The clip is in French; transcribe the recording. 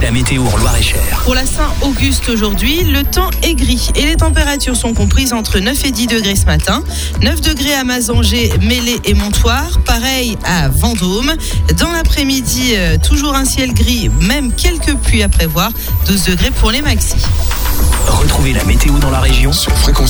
la météo en Loir-et-Cher. Pour la Saint-Auguste aujourd'hui, le temps est gris et les températures sont comprises entre 9 et 10 degrés ce matin. 9 degrés à Mazanger, Mélé et Montoire. Pareil à Vendôme. Dans l'après-midi, toujours un ciel gris, même quelques pluies à prévoir. 12 degrés pour les maxis. Retrouvez la météo dans la région sur Fréquence